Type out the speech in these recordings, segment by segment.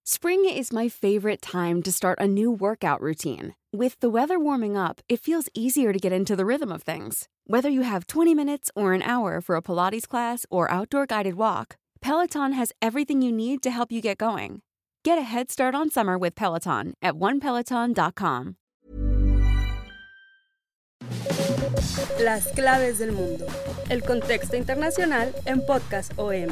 Spring is my favorite time to start a new workout routine. With the weather warming up, it feels easier to get into the rhythm of things. Whether you have 20 minutes or an hour for a Pilates class or outdoor guided walk, Peloton has everything you need to help you get going. Get a head start on summer with Peloton at onepeloton.com. Las claves del mundo. El contexto internacional en Podcast OM.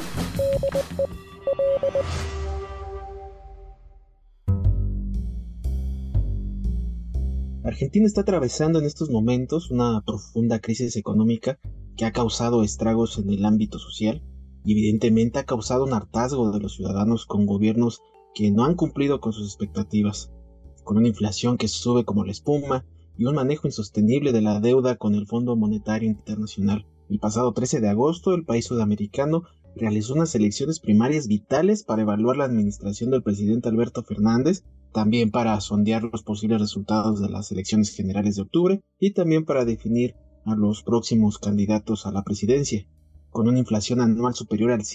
Argentina está atravesando en estos momentos una profunda crisis económica que ha causado estragos en el ámbito social y evidentemente ha causado un hartazgo de los ciudadanos con gobiernos que no han cumplido con sus expectativas, con una inflación que sube como la espuma y un manejo insostenible de la deuda con el Fondo Monetario Internacional. El pasado 13 de agosto, el país sudamericano realizó unas elecciones primarias vitales para evaluar la administración del presidente Alberto Fernández, también para sondear los posibles resultados de las elecciones generales de octubre y también para definir a los próximos candidatos a la presidencia. Con una inflación anual superior al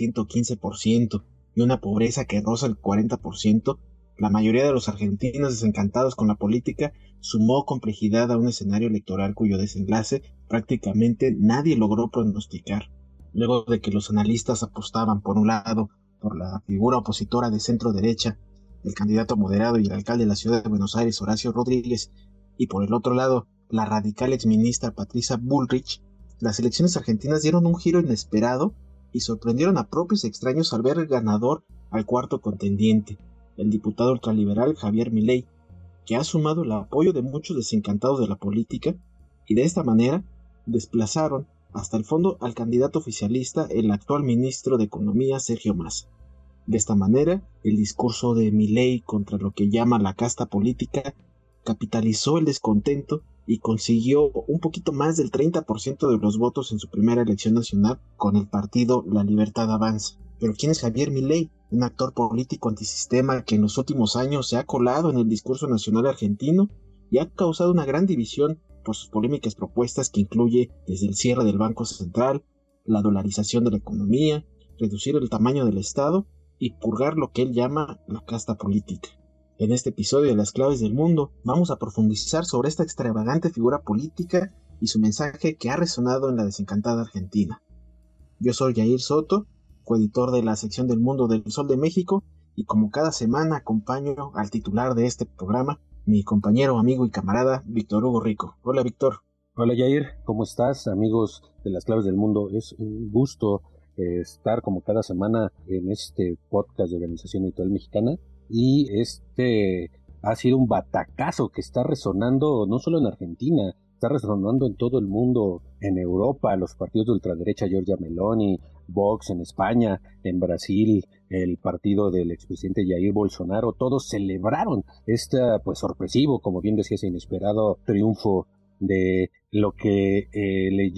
115% y una pobreza que roza el 40%, la mayoría de los argentinos desencantados con la política sumó complejidad a un escenario electoral cuyo desenlace prácticamente nadie logró pronosticar. Luego de que los analistas apostaban, por un lado, por la figura opositora de centro-derecha, el candidato moderado y el alcalde de la ciudad de Buenos Aires, Horacio Rodríguez, y por el otro lado, la radical exministra Patricia Bullrich, las elecciones argentinas dieron un giro inesperado y sorprendieron a propios extraños al ver ganador al cuarto contendiente, el diputado ultraliberal Javier Milei, que ha sumado el apoyo de muchos desencantados de la política y de esta manera desplazaron hasta el fondo al candidato oficialista, el actual ministro de Economía, Sergio Massa. De esta manera, el discurso de Milei contra lo que llama la casta política capitalizó el descontento y consiguió un poquito más del 30% de los votos en su primera elección nacional con el partido La Libertad Avanza. Pero ¿quién es Javier Milei? Un actor político antisistema que en los últimos años se ha colado en el discurso nacional argentino y ha causado una gran división por sus polémicas propuestas que incluye desde el cierre del Banco Central, la dolarización de la economía, reducir el tamaño del Estado y purgar lo que él llama la casta política. En este episodio de Las Claves del Mundo vamos a profundizar sobre esta extravagante figura política y su mensaje que ha resonado en la desencantada Argentina. Yo soy Yair Soto, coeditor de la sección del Mundo del Sol de México, y como cada semana acompaño al titular de este programa, mi compañero, amigo y camarada, Víctor Hugo Rico. Hola, Víctor. Hola, Yair. ¿Cómo estás, amigos de Las Claves del Mundo? Es un gusto estar como cada semana en este podcast de Organización Editorial Mexicana, y este ha sido un batacazo que está resonando no solo en Argentina, está resonando en todo el mundo, en Europa, los partidos de ultraderecha, Giorgia Meloni, Vox en España, en Brasil, el partido del expresidente Jair Bolsonaro, todos celebraron este sorpresivo, como bien decías, inesperado triunfo de lo que le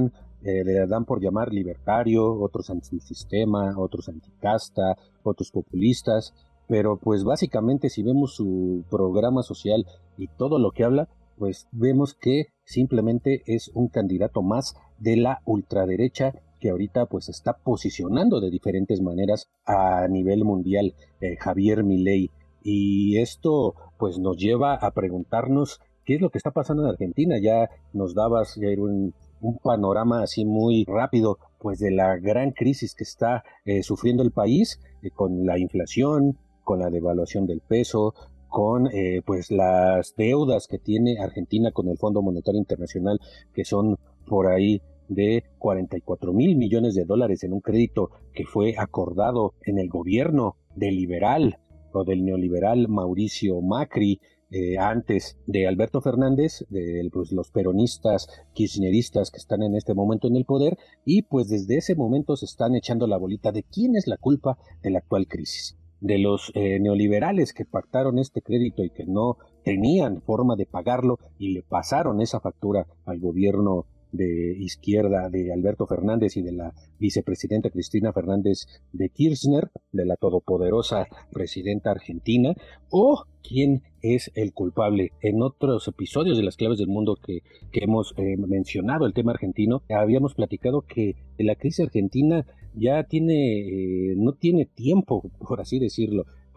dan por llamar libertario, otros antisistema, otros anticasta, otros populistas, pero pues básicamente si vemos su programa social y todo lo que habla, pues vemos que simplemente es un candidato más de la ultraderecha que ahorita pues está posicionando de diferentes maneras a nivel mundial, Javier Milei. Y esto pues nos lleva a preguntarnos qué es lo que está pasando en Argentina. Ya nos dabas un panorama así muy rápido pues de la gran crisis que está sufriendo el país, con la inflación, con la devaluación del peso, con pues las deudas que tiene Argentina con el Fondo Monetario Internacional, que son por ahí de 44,000 millones de dólares en un crédito que fue acordado en el gobierno del liberal o del neoliberal Mauricio Macri, antes de Alberto Fernández, de pues, los peronistas kirchneristas que están en este momento en el poder, y pues desde ese momento se están echando la bolita de quién es la culpa de la actual crisis. De los neoliberales que pactaron este crédito y que no tenían forma de pagarlo y le pasaron esa factura al gobierno de izquierda de Alberto Fernández y de la vicepresidenta Cristina Fernández de Kirchner, de la todopoderosa presidenta argentina, o quién es el culpable. En otros episodios de Las Claves del Mundo que hemos mencionado el tema argentino, habíamos platicado que la crisis argentina ya no tiene tiempo, por así decirlo,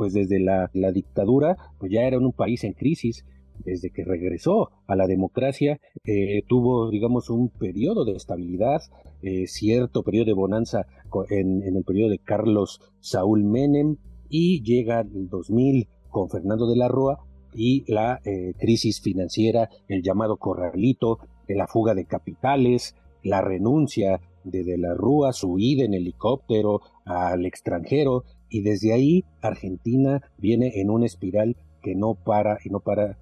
pues desde la dictadura, pues ya era un país en crisis. Desde que regresó a la democracia, tuvo, digamos, un periodo de estabilidad, cierto periodo de bonanza en el periodo de Carlos Saúl Menem, y llega el 2000 con Fernando de la Rúa y la crisis financiera, el llamado corralito, la fuga de capitales, la renuncia de la Rúa, su ida en helicóptero al extranjero, y desde ahí Argentina viene en una espiral que no para y no para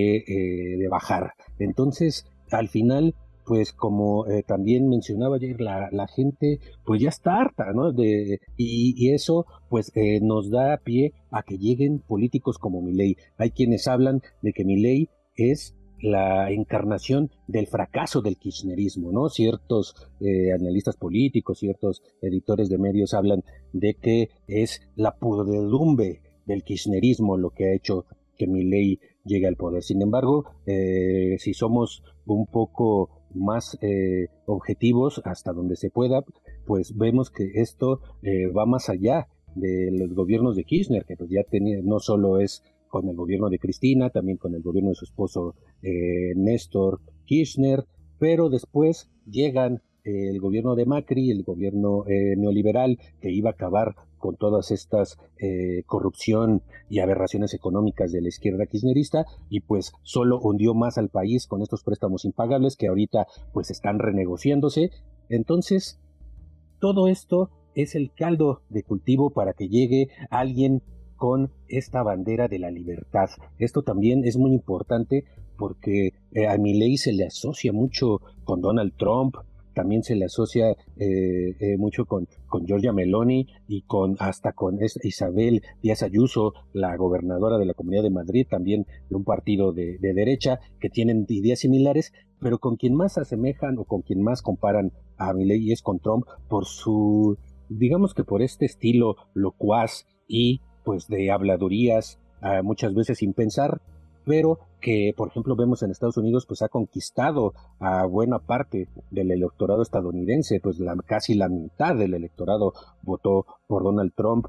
de bajar. Entonces, al final, pues como también mencionaba ayer, la gente pues ya está harta, ¿no? Y eso pues nos da pie a que lleguen políticos como Milei. Hay quienes hablan de que Milei es la encarnación del fracaso del kirchnerismo, ¿no? Ciertos analistas políticos, ciertos editores de medios hablan de que es la podredumbre del kirchnerismo lo que ha hecho que Milei llegue al poder. Sin embargo, si somos un poco más objetivos hasta donde se pueda, pues vemos que esto va más allá de los gobiernos de Kirchner, que pues ya tenía, no solo es con el gobierno de Cristina, también con el gobierno de su esposo Néstor Kirchner, pero después llegan el gobierno de Macri, el gobierno neoliberal, que iba a acabar con todas estas corrupción y aberraciones económicas de la izquierda kirchnerista, y pues solo hundió más al país con estos préstamos impagables que ahorita pues están renegociándose. Entonces, todo esto es el caldo de cultivo para que llegue alguien con esta bandera de la libertad. Esto también es muy importante porque a Milei se le asocia mucho con Donald Trump, también se le asocia mucho con Giorgia Meloni y hasta con Isabel Díaz Ayuso, la gobernadora de la Comunidad de Madrid, también de un partido de derecha, que tienen ideas similares, pero con quien más se asemejan o con quien más comparan a Milei es con Trump por su, digamos que por este estilo locuaz y pues de habladurías, muchas veces sin pensar, pero que, por ejemplo, vemos en Estados Unidos, pues ha conquistado a buena parte del electorado estadounidense, pues casi la mitad del electorado votó por Donald Trump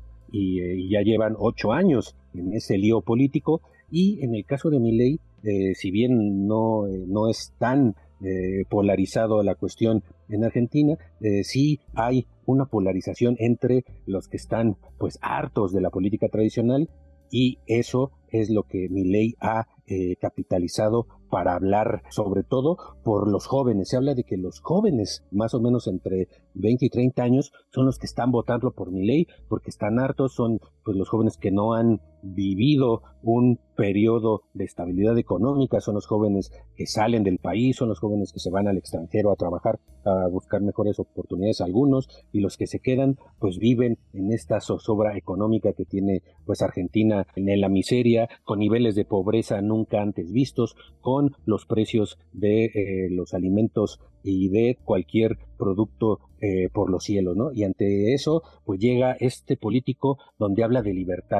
y ya llevan 8 años en ese lío político. Y en el caso de Milei, si bien no es tan polarizado la cuestión en Argentina, sí hay una polarización entre los que están pues hartos de la política tradicional, y eso es lo que Milei ha capitalizado para hablar sobre todo por los jóvenes. Se habla de que los jóvenes, más o menos entre 20 y 30 años, son los que están votando por Milei porque están hartos, son pues los jóvenes que no han vivido un periodo de estabilidad económica, son los jóvenes que salen del país, son los jóvenes que se van al extranjero a trabajar, a buscar mejores oportunidades algunos, y los que se quedan pues viven en esta zozobra económica que tiene pues Argentina, en la miseria, con niveles de pobreza nunca antes vistos, con los precios de los alimentos y de cualquier producto por los cielos, ¿no? Y ante eso, pues llega este político donde habla de libertad.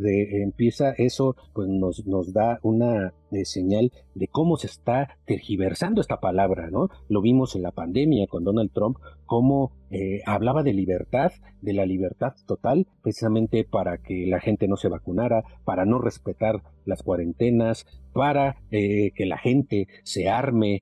Empieza eso, pues nos da una señal de cómo se está tergiversando esta palabra, ¿no? Lo vimos en la pandemia con Donald Trump, cómo hablaba de libertad, de la libertad total, precisamente para que la gente no se vacunara, para no respetar las cuarentenas, para que la gente se arme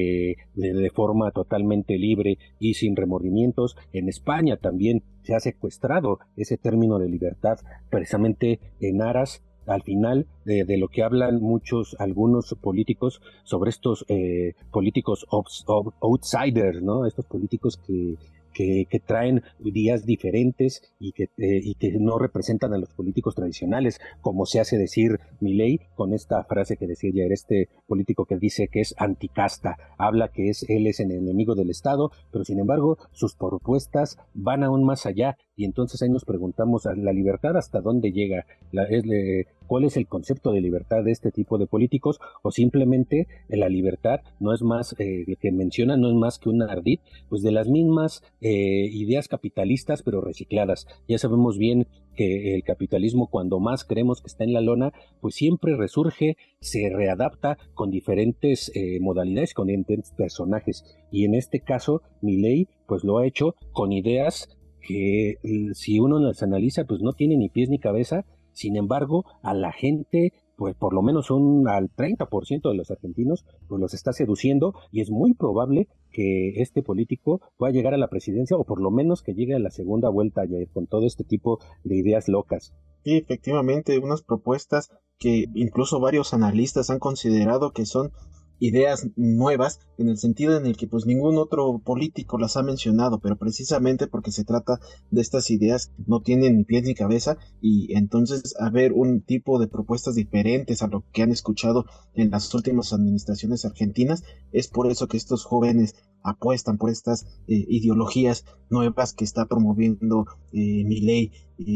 de forma totalmente libre y sin remordimientos. En España también se ha secuestrado ese término de libertad precisamente en aras, al final, de lo que hablan algunos políticos sobre estos políticos outsiders, ¿no? Estos políticos que traen ideas diferentes y que no representan a los políticos tradicionales, como se hace decir Milei con esta frase que decía ayer este político que dice que es anticasta, habla que él es el enemigo del Estado, pero sin embargo sus propuestas van aún más allá, y entonces ahí nos preguntamos, ¿la libertad hasta dónde llega? ¿Cuál es el concepto de libertad de este tipo de políticos? O simplemente la libertad no es más, que menciona, no es más que un ardid pues de las mismas ideas capitalistas pero recicladas. Ya sabemos bien que el capitalismo, cuando más creemos que está en la lona, pues siempre resurge, se readapta con diferentes modalidades, con diferentes personajes, y en este caso Milei pues lo ha hecho con ideas que si uno las analiza pues no tiene ni pies ni cabeza. Sin embargo, a la gente, pues por lo menos al 30% de los argentinos, pues los está seduciendo, y es muy probable que este político pueda llegar a la presidencia, o por lo menos que llegue a la segunda vuelta, Jair, con todo este tipo de ideas locas. Sí, efectivamente, unas propuestas que incluso varios analistas han considerado que son ideas nuevas, en el sentido en el que pues ningún otro político las ha mencionado, pero precisamente porque se trata de estas ideas que no tienen ni pies ni cabeza, y entonces haber un tipo de propuestas diferentes a lo que han escuchado en las últimas administraciones argentinas. Es por eso que estos jóvenes apuestan por estas ideologías nuevas que está promoviendo Milei,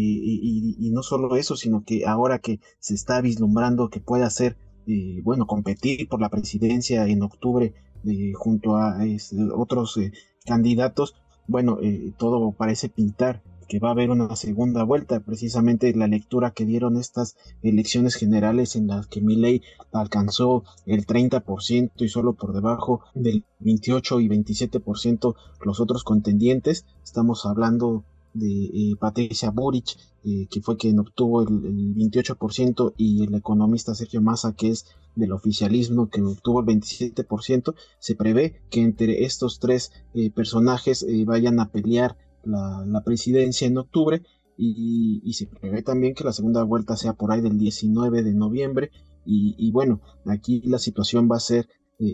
y no solo eso, sino que ahora que se está vislumbrando que puede hacer competir por la presidencia en octubre junto a otros candidatos. Todo parece pintar que va a haber una segunda vuelta. Precisamente la lectura que dieron estas elecciones generales, en las que Milei alcanzó el 30% y solo por debajo del 28 y 27% los otros contendientes. Estamos hablando de Patricia Buric, que fue quien obtuvo el 28%, y el economista Sergio Massa, que es del oficialismo, que obtuvo el 27%. Se prevé que entre estos tres personajes vayan a pelear la presidencia en octubre, y se prevé también que la segunda vuelta sea por ahí del 19 de noviembre, y bueno, aquí la situación va a ser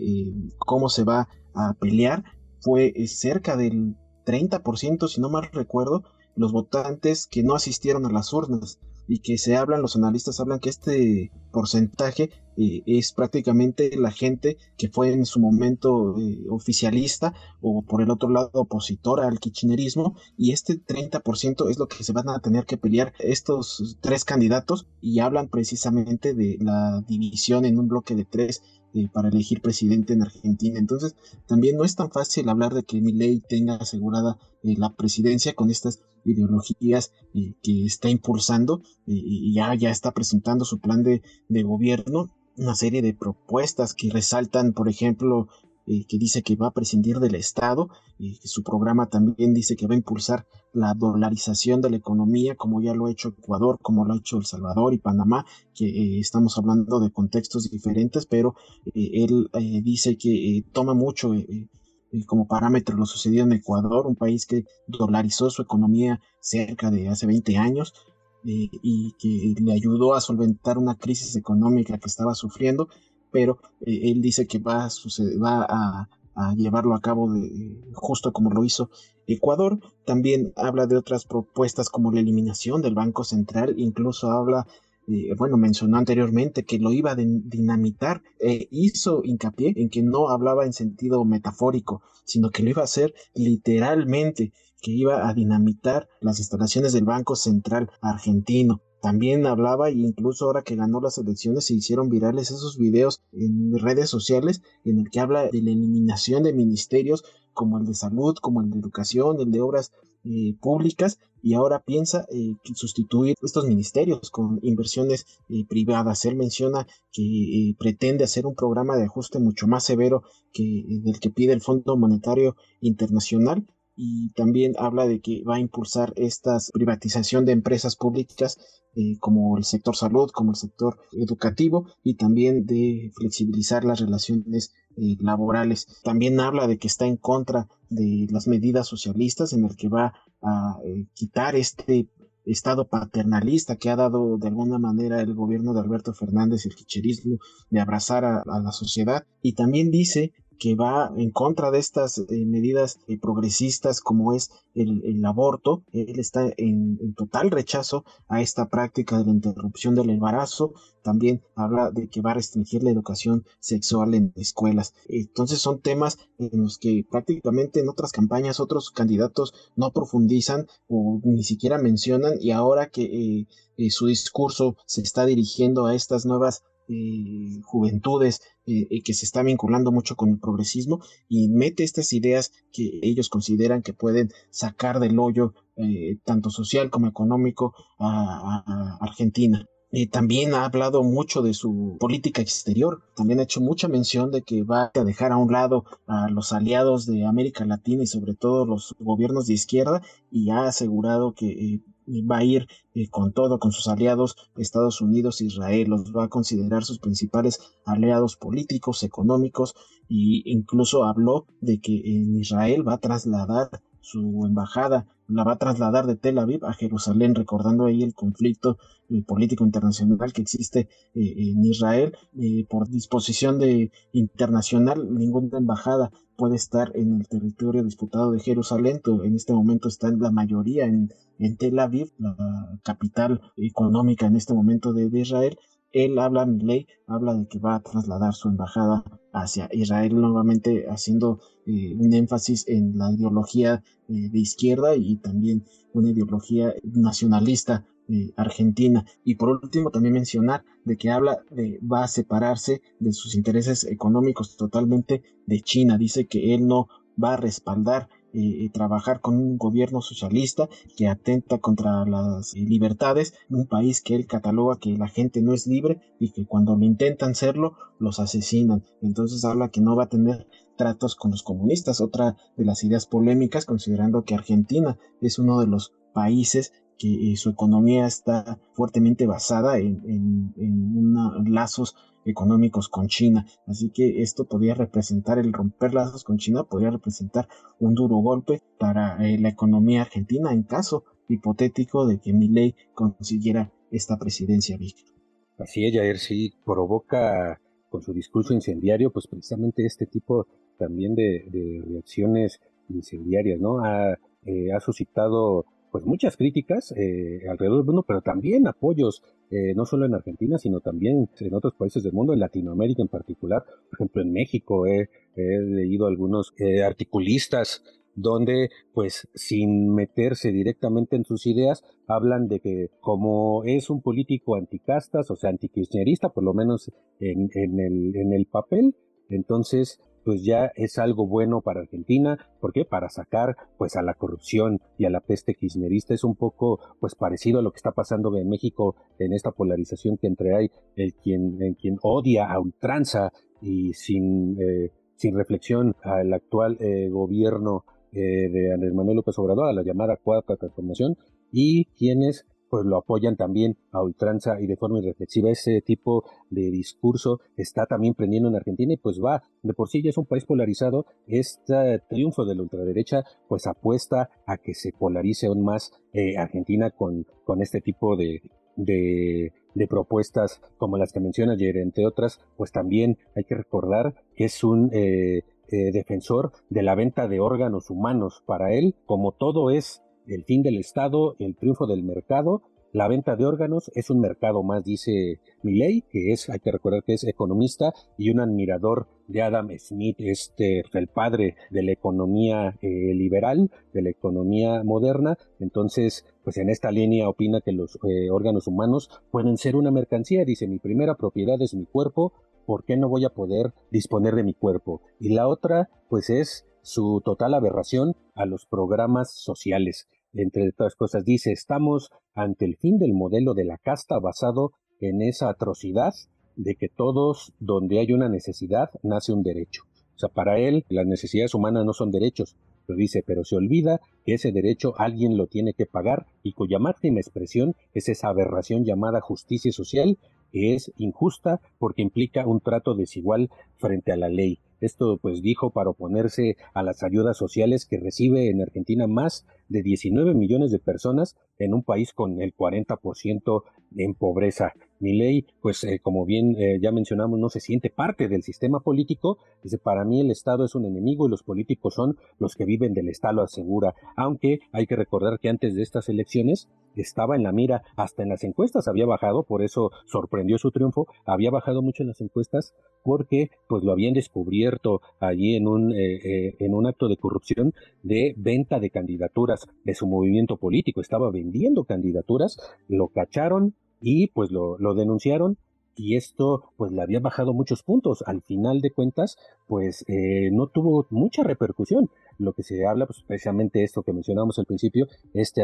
cómo se va a pelear. Fue cerca del 30%, si no mal recuerdo, los votantes que no asistieron a las urnas, y que los analistas hablan que este porcentaje es prácticamente la gente que fue en su momento oficialista, o por el otro lado opositora al kirchnerismo, y este 30% es lo que se van a tener que pelear estos tres candidatos, y hablan precisamente de la división en un bloque de tres para elegir presidente en Argentina. Entonces también no es tan fácil hablar de que Milei tenga asegurada la presidencia con estas ideologías que está impulsando, y ya está presentando su plan de gobierno, una serie de propuestas que resaltan, por ejemplo, que dice que va a prescindir del Estado, que su programa también dice que va a impulsar la dolarización de la economía, como ya lo ha hecho Ecuador, como lo ha hecho El Salvador y Panamá, que estamos hablando de contextos diferentes, pero él dice que toma mucho como parámetro lo sucedido en Ecuador, un país que dolarizó su economía cerca de hace 20 años, y que le ayudó a solventar una crisis económica que estaba sufriendo, pero él dice que va a llevarlo a cabo justo como lo hizo Ecuador. También habla de otras propuestas como la eliminación del Banco Central, incluso habla, mencionó anteriormente que lo iba a dinamitar. Hizo hincapié en que no hablaba en sentido metafórico, sino que lo iba a hacer literalmente, que iba a dinamitar las instalaciones del Banco Central argentino. También hablaba, e incluso ahora que ganó las elecciones se hicieron virales esos videos en redes sociales, en el que habla de la eliminación de ministerios como el de salud, como el de educación, el de obras públicas, y ahora piensa sustituir estos ministerios con inversiones privadas. Él menciona que pretende hacer un programa de ajuste mucho más severo del que pide el Fondo Monetario Internacional, y también habla de que va a impulsar esta privatización de empresas públicas como el sector salud, como el sector educativo, y también de flexibilizar las relaciones laborales. También habla de que está en contra de las medidas socialistas, en el que va a quitar este estado paternalista que ha dado de alguna manera el gobierno de Alberto Fernández y el kirchnerismo, de abrazar a la sociedad. Y también dice que va en contra de estas medidas progresistas, como es el aborto. Él está en total rechazo a esta práctica de la interrupción del embarazo. También habla de que va a restringir la educación sexual en escuelas. Entonces son temas en los que prácticamente en otras campañas otros candidatos no profundizan o ni siquiera mencionan, y ahora que su discurso se está dirigiendo a estas nuevas juventudes que se está vinculando mucho con el progresismo, y mete estas ideas que ellos consideran que pueden sacar del hoyo tanto social como económico a Argentina. También ha hablado mucho de su política exterior. También ha hecho mucha mención de que va a dejar a un lado a los aliados de América Latina y sobre todo los gobiernos de izquierda, y ha asegurado que va a ir con todo, con sus aliados, Estados Unidos e Israel, los va a considerar sus principales aliados políticos, económicos, e incluso habló de que en Israel va a trasladar su embajada, la va a trasladar de Tel Aviv a Jerusalén, recordando ahí el conflicto político internacional que existe en Israel. Por disposición internacional, ninguna embajada puede estar en el territorio disputado de Jerusalén. En este momento está en la mayoría en Tel Aviv, la capital económica en este momento de Israel. Milei habla de que va a trasladar su embajada hacia Israel, nuevamente haciendo un énfasis en la ideología de izquierda y también una ideología nacionalista argentina. Y por último también mencionar de que va a separarse de sus intereses económicos totalmente de China. Dice que él no va a respaldar trabajar con un gobierno socialista que atenta contra las libertades, un país que él cataloga que la gente no es libre y que cuando lo intentan serlo, los asesinan. Entonces habla que no va a tener tratos con los comunistas, otra de las ideas polémicas, considerando que Argentina es uno de los países que su economía está fuertemente basada en lazos económicos con China. Así que esto podría representar, el romper lazos con China podría representar un duro golpe para la economía argentina en caso hipotético de que Milei consiguiera esta presidencia, Víctor. Así es, Jair, sí provoca con su discurso incendiario, pues precisamente este tipo también de reacciones incendiarias, ¿no? Ha suscitado pues muchas críticas alrededor del mundo, pero también apoyos, no solo en Argentina, sino también en otros países del mundo, en Latinoamérica en particular. Por ejemplo, en México he leído algunos articulistas donde, pues, sin meterse directamente en sus ideas, hablan de que como es un político anticastas, o sea, antikirchnerista, por lo menos en el papel, entonces pues ya es algo bueno para Argentina. ¿Por qué? Para sacar pues a la corrupción y a la peste kirchnerista. Es un poco pues parecido a lo que está pasando en México en esta polarización que entre hay quien odia a ultranza y sin reflexión al actual gobierno de Andrés Manuel López Obrador, a la llamada Cuarta Transformación, y quienes pues lo apoyan también a ultranza y de forma irreflexiva. Ese tipo de discurso está también prendiendo en Argentina y pues va, de por sí ya es un país polarizado. Este triunfo de la ultraderecha pues apuesta a que se polarice aún más Argentina con este tipo de propuestas como las que menciona ayer, entre otras, pues también hay que recordar que es un defensor de la venta de órganos humanos. Para él, como todo es el fin del Estado, el triunfo del mercado, la venta de órganos es un mercado más, dice Milei, que hay que recordar que es economista y un admirador de Adam Smith, el padre de la economía liberal, de la economía moderna. Entonces, pues en esta línea opina que los órganos humanos pueden ser una mercancía. Dice, mi primera propiedad es mi cuerpo, ¿por qué no voy a poder disponer de mi cuerpo? Y la otra, pues es su total aberración a los programas sociales. Entre otras cosas dice, estamos ante el fin del modelo de la casta basado en esa atrocidad de que todos donde hay una necesidad nace un derecho. O sea, para él las necesidades humanas no son derechos, lo dice, pero se olvida que ese derecho alguien lo tiene que pagar y cuya máxima expresión es esa aberración llamada justicia social, que es injusta porque implica un trato desigual frente a la ley. Esto pues dijo para oponerse a las ayudas sociales que recibe en Argentina más de 19 millones de personas en un país con el 40% en pobreza. Milei, pues como bien ya mencionamos, no se siente parte del sistema político. Dice, para mí el Estado es un enemigo y los políticos son los que viven del Estado, asegura. Aunque hay que recordar que antes de estas elecciones estaba en la mira, hasta en las encuestas había bajado, por eso sorprendió su triunfo, había bajado mucho en las encuestas porque pues lo habían descubierto allí en un acto de corrupción de venta de candidaturas de su movimiento político. Estaba vendiendo candidaturas, lo cacharon y pues lo denunciaron, y esto pues le había bajado muchos puntos. Al final de cuentas pues no tuvo mucha repercusión. Lo que se habla pues precisamente esto que mencionábamos al principio, este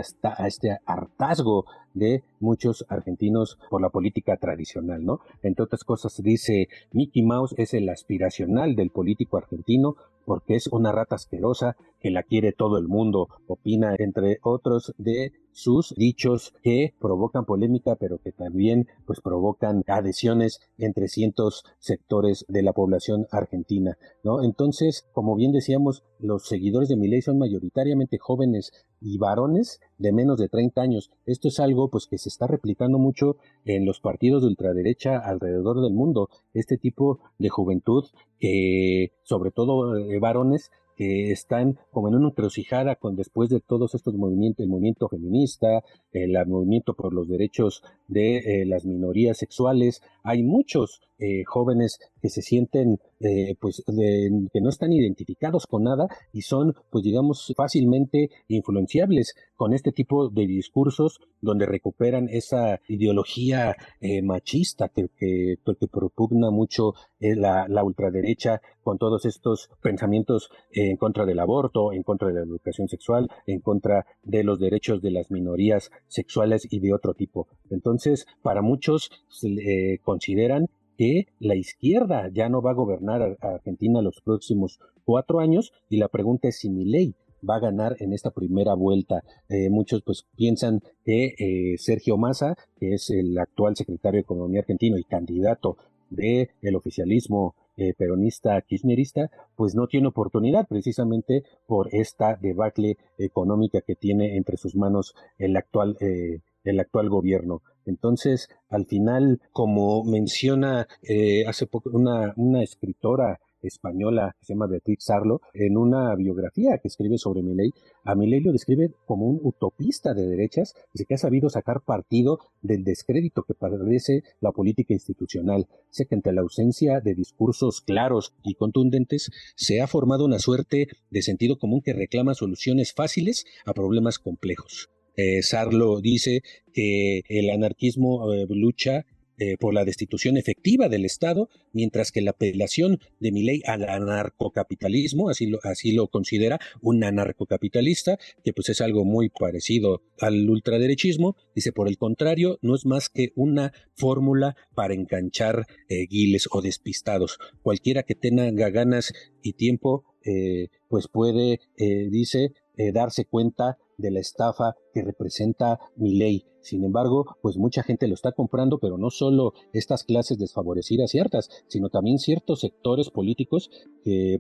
hartazgo de muchos argentinos por la política tradicional, ¿no? Entre otras cosas dice, Mickey Mouse es el aspiracional del político argentino, porque es una rata asquerosa que la quiere todo el mundo, opina, entre otros de sus dichos que provocan polémica, pero que también pues provocan adhesiones entre cientos sectores de la población argentina, ¿no? Entonces, como bien decíamos, los seguidores de Milei son mayoritariamente jóvenes y varones de menos de 30 años. Esto es algo pues que se está replicando mucho en los partidos de ultraderecha alrededor del mundo. Este tipo de juventud que, sobre todo varones, que están como en una encrucijada después de todos estos movimientos, el movimiento feminista, el movimiento por los derechos de las minorías sexuales. Hay muchos jóvenes que se sienten que no están identificados con nada y son, pues digamos, fácilmente influenciables con este tipo de discursos donde recuperan esa ideología machista que propugna mucho la ultraderecha con todos estos pensamientos en contra del aborto, en contra de la educación sexual, en contra de los derechos de las minorías sexuales y de otro tipo. Entonces, para muchos consideran que la izquierda ya no va a gobernar a Argentina los próximos 4 años, y la pregunta es si Milei va a ganar en esta primera vuelta. Muchos pues piensan que Sergio Massa, que es el actual secretario de Economía argentino y candidato del oficialismo peronista kirchnerista, pues no tiene oportunidad precisamente por esta debacle económica que tiene entre sus manos el actual gobierno. Entonces, al final, como menciona hace poco una escritora española que se llama Beatriz Sarlo, en una biografía que escribe sobre Milei, a Milei lo describe como un utopista de derechas que ha sabido sacar partido del descrédito que padece la política institucional. Sé que ante la ausencia de discursos claros y contundentes se ha formado una suerte de sentido común que reclama soluciones fáciles a problemas complejos. Sarlo dice que el anarquismo lucha por la destitución efectiva del Estado, mientras que la apelación de Milei al anarcocapitalismo, así lo considera un anarcocapitalista, que pues es algo muy parecido al ultraderechismo, dice, por el contrario, no es más que una fórmula para enganchar guiles o despistados. Cualquiera que tenga ganas y tiempo, pues puede, dice, darse cuenta de la estafa que representa Milei. Sin embargo, pues mucha gente lo está comprando, pero no solo estas clases desfavorecidas ciertas, sino también ciertos sectores políticos que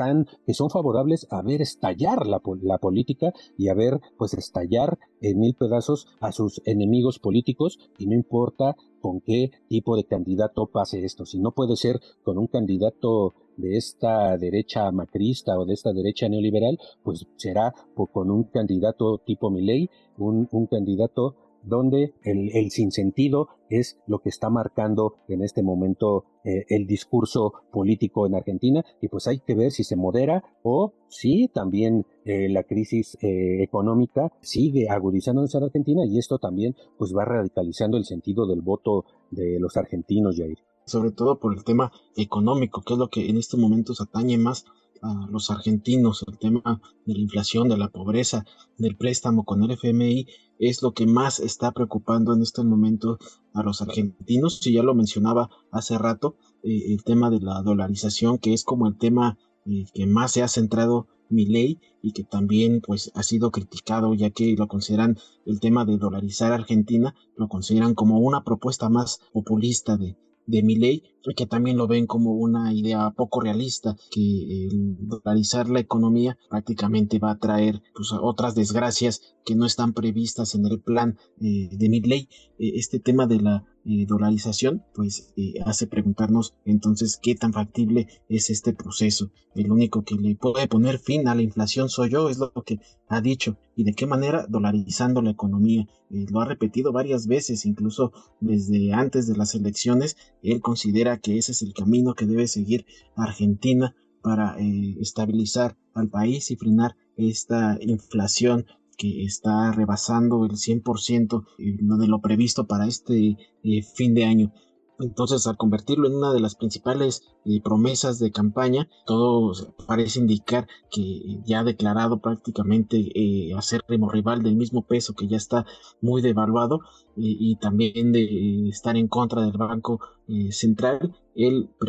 son favorables a ver estallar la política y a ver pues estallar en mil pedazos a sus enemigos políticos, y no importa con qué tipo de candidato pase esto. Si no puede ser con un candidato de esta derecha macrista o de esta derecha neoliberal, pues será con un candidato tipo Milei, un candidato donde el sinsentido es lo que está marcando en este momento el discurso político en Argentina, y pues hay que ver si se modera o si también la crisis económica sigue agudizándose en Argentina, y esto también pues va radicalizando el sentido del voto de los argentinos, Jair. Sobre todo por el tema económico, que es lo que en estos momentos atañe más a los argentinos. El tema de la inflación, de la pobreza, del préstamo con el FMI, es lo que más está preocupando en este momento a los argentinos. Y ya lo mencionaba hace rato, el tema de la dolarización, que es como el tema que más se ha centrado Milei, y que también pues ha sido criticado, ya que lo consideran, el tema de dolarizar Argentina, lo consideran como una propuesta más populista de Milei, y que también lo ven como una idea poco realista, que el dolarizar la economía prácticamente va a traer pues otras desgracias que no están previstas en el plan de Milei. Este tema de la dolarización pues hace preguntarnos entonces qué tan factible es este proceso. El único que le puede poner fin a la inflación soy yo, es lo que ha dicho. ¿Y de qué manera? Dolarizando la economía. Lo ha repetido varias veces, incluso desde antes de las elecciones. Él considera que ese es el camino que debe seguir Argentina para estabilizar al país y frenar esta inflación que está rebasando el 100% de lo previsto para este fin de año. Entonces, al convertirlo en una de las principales promesas de campaña, todo parece indicar que ya ha declarado prácticamente acérrimo rival del mismo peso, que ya está muy devaluado, y también de estar en contra del Banco Central. Él prevé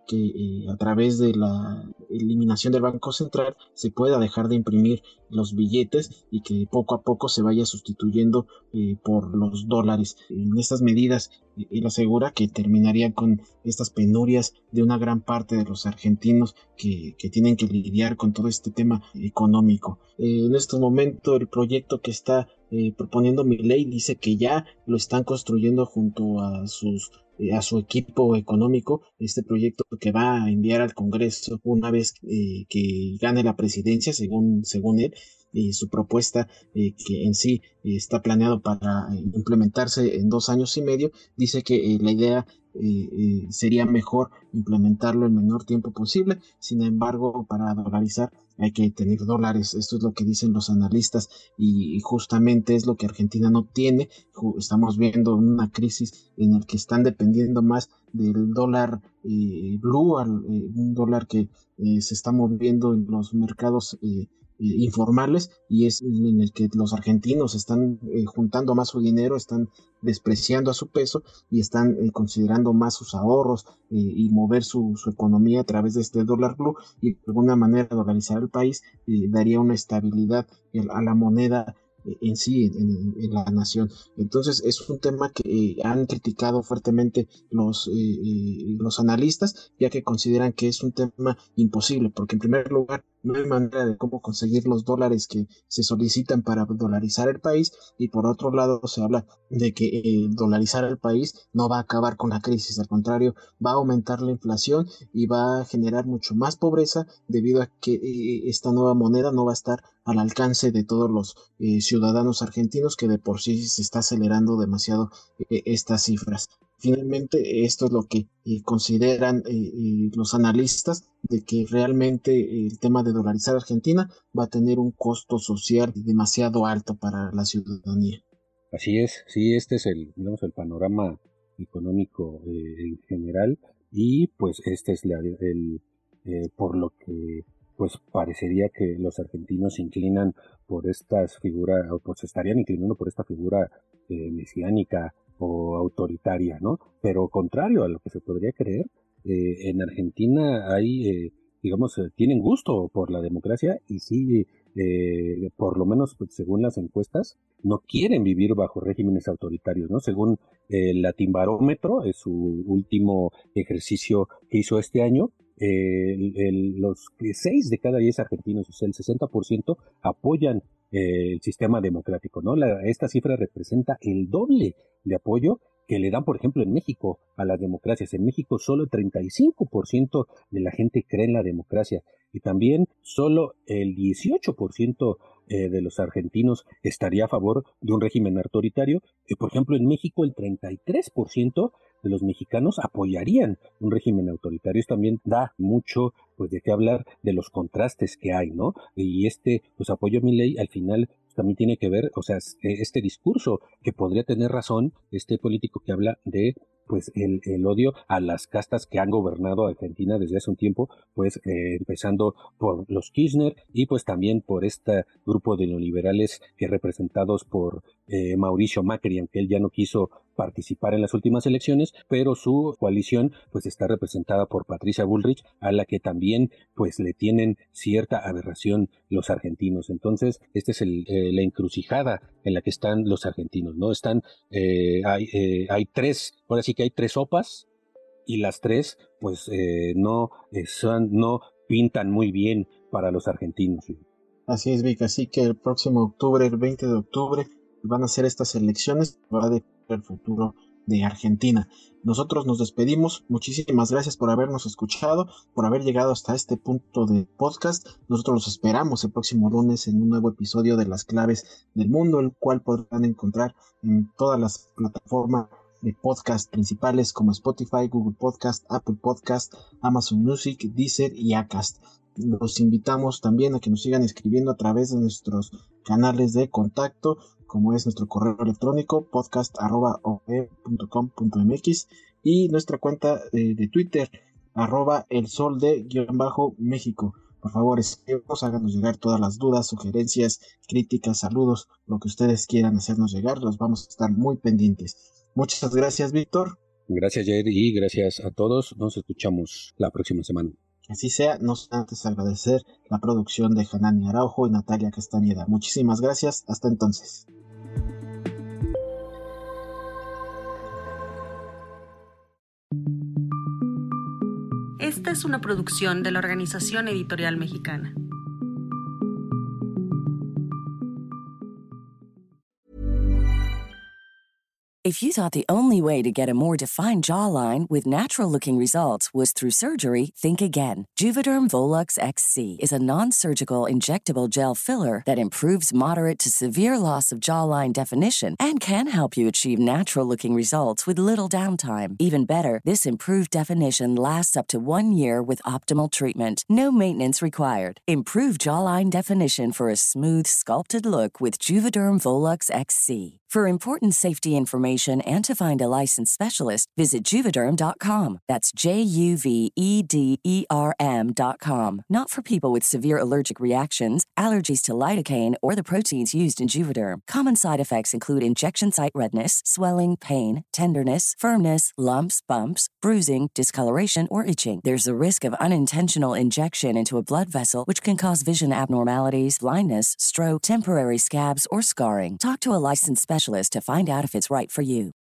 que a través de la eliminación del Banco Central se pueda dejar de imprimir los billetes y que poco a poco se vaya sustituyendo por los dólares. En estas medidas, él asegura que terminarían con estas penurias de una gran parte de los argentinos que tienen que lidiar con todo este tema económico. En este momento el proyecto que está proponiendo Milei dice que ya lo están construyendo junto a su equipo económico, este proyecto que va a enviar al Congreso una vez que gane la presidencia, según él. Su propuesta, que en sí está planeado para implementarse en 2 años y medio, dice que la idea sería mejor implementarlo en el menor tiempo posible. Sin embargo, para dolarizar hay que tener dólares. Esto es lo que dicen los analistas y justamente es lo que Argentina no tiene. Estamos viendo una crisis en la que están dependiendo más del dólar blue, un dólar que se está moviendo en los mercados informales, y es en el que los argentinos están juntando más su dinero, están despreciando a su peso y están considerando más sus ahorros y mover su economía a través de este dólar blue, y de alguna manera dolarizar el país daría una estabilidad a la moneda en sí, en la nación. Entonces es un tema que han criticado fuertemente los analistas, ya que consideran que es un tema imposible, porque en primer lugar no hay manera de cómo conseguir los dólares que se solicitan para dolarizar el país, y por otro lado se habla de que dolarizar el país no va a acabar con la crisis, al contrario, va a aumentar la inflación y va a generar mucho más pobreza, debido a que esta nueva moneda no va a estar al alcance de todos los ciudadanos argentinos, que de por sí se está acelerando demasiado estas cifras. Finalmente, esto es lo que consideran los analistas, de que realmente el tema de dolarizar Argentina va a tener un costo social demasiado alto para la ciudadanía. Así es, sí, este es digamos, el panorama económico en general, y pues este es por lo que pues parecería que los argentinos se inclinan por estas figuras, o pues estarían inclinando por esta figura mesiánica o autoritaria, ¿no? Pero contrario a lo que se podría creer, en Argentina hay, digamos, tienen gusto por la democracia, y sí, por lo menos pues, según las encuestas, no quieren vivir bajo regímenes autoritarios, ¿no? Según el Latinbarómetro, es su último ejercicio que hizo este año, los 6 de cada 10 argentinos, o sea, el 60%, apoyan el sistema democrático, ¿no? Esta cifra representa el doble de apoyo que le dan, por ejemplo, en México a las democracias. En México solo el 35% de la gente cree en la democracia, y también solo el 18% de los argentinos estaría a favor de un régimen autoritario. Por ejemplo, en México el 33% de los mexicanos apoyarían un régimen autoritario. Esto también da mucho pues de qué hablar de los contrastes que hay, ¿no? Y pues apoyo a Milei al final también tiene que ver, o sea, este discurso que podría tener razón, este político que habla de pues el odio a las castas que han gobernado a Argentina desde hace un tiempo, pues empezando por los Kirchner, y pues también por este grupo de neoliberales representados por Mauricio Macri, aunque él ya no quiso participar en las últimas elecciones, pero su coalición pues está representada por Patricia Bullrich, a la que también pues le tienen cierta aberración los argentinos. Entonces, esta es la encrucijada en la que están los argentinos, ¿no? Hay tres, ahora sí que hay tres sopas, y las tres pues no pintan muy bien para los argentinos. Así es, Vic, así que el próximo octubre, el 20 de octubre, van a ser estas elecciones, va a definir el futuro de Argentina. Nosotros nos despedimos, muchísimas gracias por habernos escuchado, por haber llegado hasta este punto de podcast. Nosotros los esperamos el próximo lunes en un nuevo episodio de Las Claves del Mundo, el cual podrán encontrar en todas las plataformas de podcast principales como Spotify, Google Podcast, Apple Podcast, Amazon Music, Deezer y Acast. Los invitamos también a que nos sigan escribiendo a través de nuestros canales de contacto, como es nuestro correo electrónico podcast@oe.com.mx y nuestra cuenta de Twitter @elsolde_México. Por favor, escríbanos, háganos llegar todas las dudas, sugerencias, críticas, saludos, lo que ustedes quieran hacernos llegar, los vamos a estar muy pendientes. Muchas gracias, Víctor. Gracias, Jair, y gracias a todos. Nos escuchamos la próxima semana. Así sea, no sin antes agradecer la producción de Hanani Araujo y Natalia Castañeda. Muchísimas gracias, hasta entonces. Esta es una producción de la Organización Editorial Mexicana. If you thought the only way to get a more defined jawline with natural-looking results was through surgery, think again. Juvederm Volux XC is a non-surgical injectable gel filler that improves moderate to severe loss of jawline definition and can help you achieve natural-looking results with little downtime. Even better, this improved definition lasts up to 1 year with optimal treatment. No maintenance required. Improve jawline definition for a smooth, sculpted look with Juvederm Volux XC. For important safety information and to find a licensed specialist, visit Juvederm.com. That's JUVEDERM.com. Not for people with severe allergic reactions, allergies to lidocaine, or the proteins used in Juvederm. Common side effects include injection site redness, swelling, pain, tenderness, firmness, lumps, bumps, bruising, discoloration, or itching. There's a risk of unintentional injection into a blood vessel, which can cause vision abnormalities, blindness, stroke, temporary scabs, or scarring. Talk to a licensed specialist to find out if it's right for you.